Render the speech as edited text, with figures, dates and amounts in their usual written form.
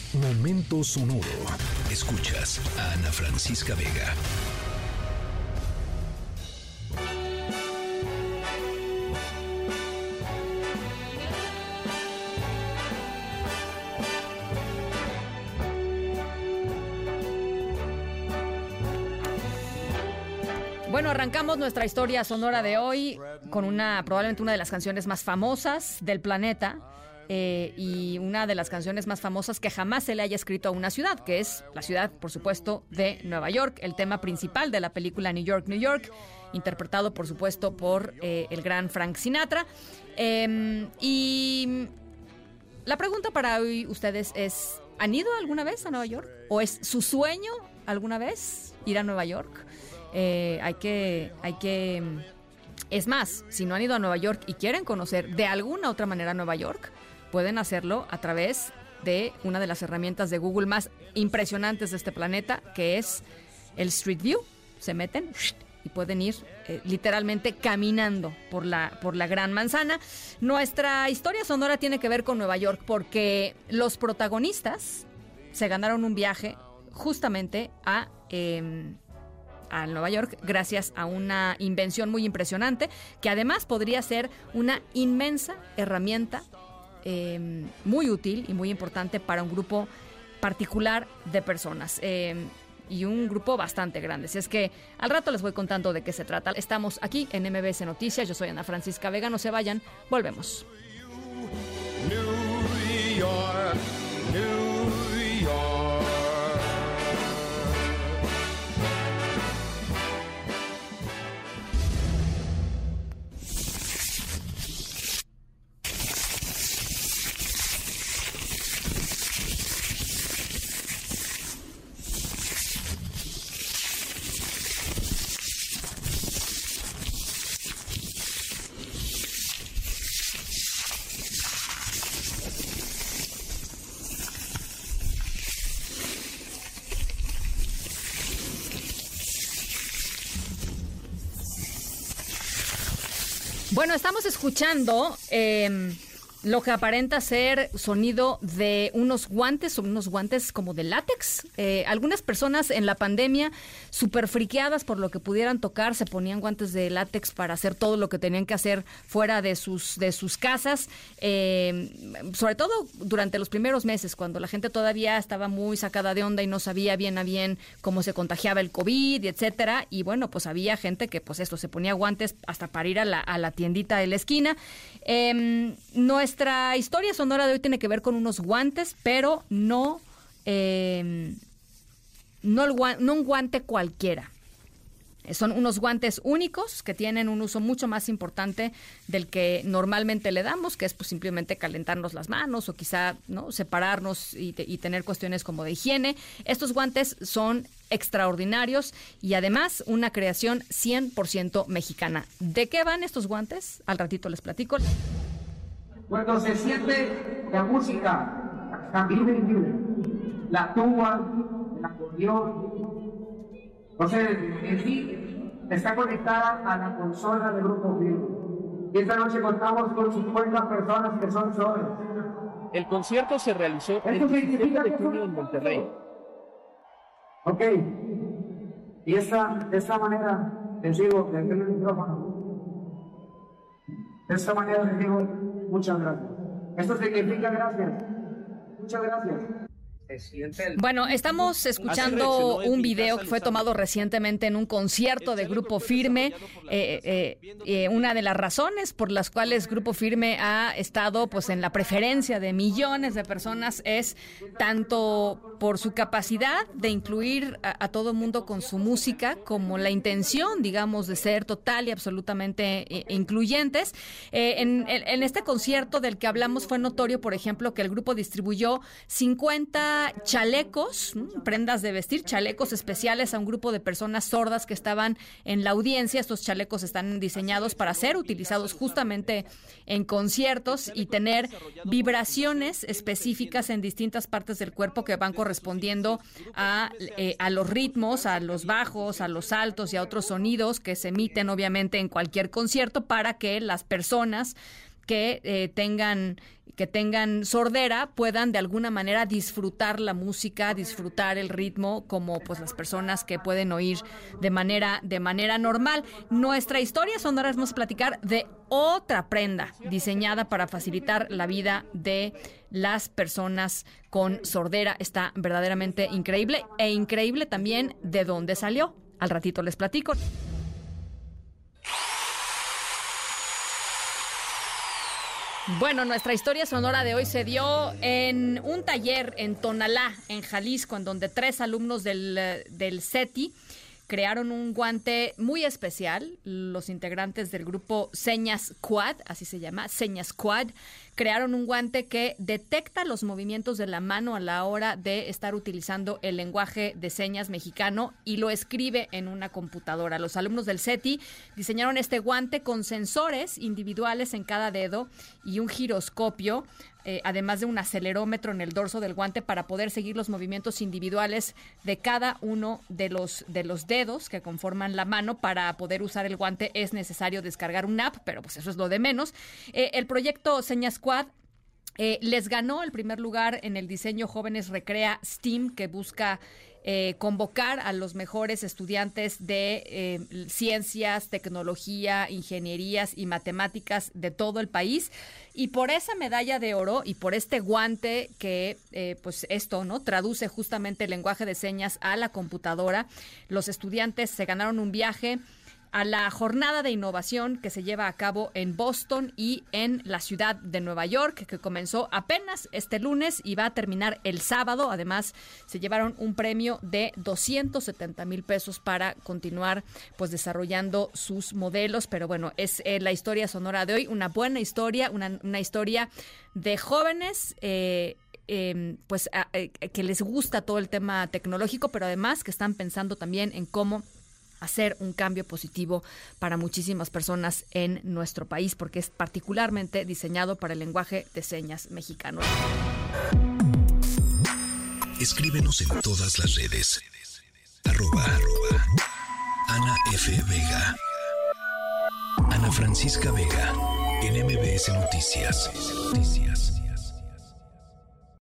Momento sonoro. Escuchas a Ana Francisca Vega. Bueno, arrancamos nuestra historia sonora de hoy con probablemente una de las canciones más famosas del planeta y una de las canciones más famosas que jamás se le haya escrito a una ciudad, que es la ciudad, por supuesto, de Nueva York, el tema principal de la película New York, New York, interpretado, por supuesto, por el gran Frank Sinatra. Y la pregunta para hoy ustedes es, ¿han ido alguna vez a Nueva York? ¿O es su sueño alguna vez ir a Nueva York? Hay que es más, si no han ido a Nueva York y quieren conocer de alguna otra manera Nueva York, pueden hacerlo a través de una de las herramientas de Google más impresionantes de este planeta, que es el Street View. Se meten y pueden ir literalmente caminando por la Gran Manzana. Nuestra historia sonora tiene que ver con Nueva York porque los protagonistas se ganaron un viaje justamente a Nueva York gracias a una invención muy impresionante que además podría ser una inmensa herramienta muy útil y muy importante para un grupo particular de personas y un grupo bastante grande. Así es que al rato les voy contando de qué se trata. Estamos aquí en MBS Noticias. Yo soy Ana Francisca Vega. No se vayan. Volvemos. New York, New York. Bueno, estamos escuchando lo que aparenta ser sonido de unos guantes como de látex. Algunas personas en la pandemia, súper friqueadas por lo que pudieran tocar, se ponían guantes de látex para hacer todo lo que tenían que hacer fuera de sus casas. Sobre todo durante los primeros meses, cuando la gente todavía estaba muy sacada de onda y no sabía bien a bien cómo se contagiaba el COVID, etcétera. Y bueno, pues había gente que pues esto se ponía guantes hasta para ir a la tiendita de la esquina. Nuestra historia sonora de hoy tiene que ver con unos guantes, pero no un guante cualquiera. Son unos guantes únicos que tienen un uso mucho más importante del que normalmente le damos, que es pues simplemente calentarnos las manos o quizá no separarnos y tener cuestiones como de higiene. Estos guantes son extraordinarios y además una creación 100% mexicana. ¿De qué van estos guantes? Al ratito les platico. Cuando se siente la música también, la tuba, el acordeón, entonces en sí está conectada a la consola del Grupo Firme. Y esta noche contamos con 50 personas que son sordas. El concierto se realizó el 17 de junio en Monterrey. Ok, y de esta manera les digo, le tengo el micrófono. De esta manera les digo, muchas gracias. Esto significa gracias. Muchas gracias. Bueno, estamos escuchando un video que fue tomado recientemente en un concierto de Grupo Firme. Una de las razones por las cuales Grupo Firme ha estado pues en la preferencia de millones de personas es tanto por su capacidad de incluir a todo mundo con su música, como la intención, digamos, de ser total y absolutamente incluyentes. En este concierto del que hablamos fue notorio, por ejemplo, que el grupo distribuyó 50 chalecos, prendas de vestir, chalecos especiales a un grupo de personas sordas que estaban en la audiencia. Estos chalecos están diseñados para ser utilizados justamente en conciertos y tener vibraciones específicas en distintas partes del cuerpo que van correspondiendo a los ritmos, a los bajos, a los altos y a otros sonidos que se emiten obviamente en cualquier concierto para que las personas que tengan sordera puedan de alguna manera disfrutar la música, disfrutar el ritmo, como pues las personas que pueden oír de manera normal. Nuestra historia sonora, vamos a platicar de otra prenda diseñada para facilitar la vida de las personas con sordera. Está verdaderamente increíble, e increíble también de dónde salió. Al ratito les platico. Bueno, nuestra historia sonora de hoy se dio en un taller en Tonalá, en Jalisco, en donde 3 alumnos del CETI crearon un guante muy especial. Los integrantes del grupo Señas Quad, así se llama, Señas Quad, crearon un guante que detecta los movimientos de la mano a la hora de estar utilizando el lenguaje de señas mexicano y lo escribe en una computadora. Los alumnos del CETI diseñaron este guante con sensores individuales en cada dedo y un giroscopio, además de un acelerómetro en el dorso del guante para poder seguir los movimientos individuales de cada uno de los dedos que conforman la mano. Para poder usar el guante es necesario descargar una app, pero pues eso es lo de menos. El proyecto Señas Quad les ganó el primer lugar en el diseño Jóvenes Recrea STEAM, que busca convocar a los mejores estudiantes de ciencias, tecnología, ingenierías y matemáticas de todo el país. Y por esa medalla de oro y por este guante que, pues esto, ¿no?, traduce justamente el lenguaje de señas a la computadora, los estudiantes se ganaron un viaje a la jornada de innovación que se lleva a cabo en Boston y en la ciudad de Nueva York, que comenzó apenas este lunes y va a terminar el sábado. Además, se llevaron un premio de 270,000 pesos para continuar pues desarrollando sus modelos. Pero bueno, es la historia sonora de hoy, una buena historia, una historia de jóvenes que les gusta todo el tema tecnológico, pero además que están pensando también en cómo hacer un cambio positivo para muchísimas personas en nuestro país, porque es particularmente diseñado para el lenguaje de señas mexicano. Escríbenos en todas las redes. @Ana F. Vega. Ana Francisca Vega, en MBS Noticias.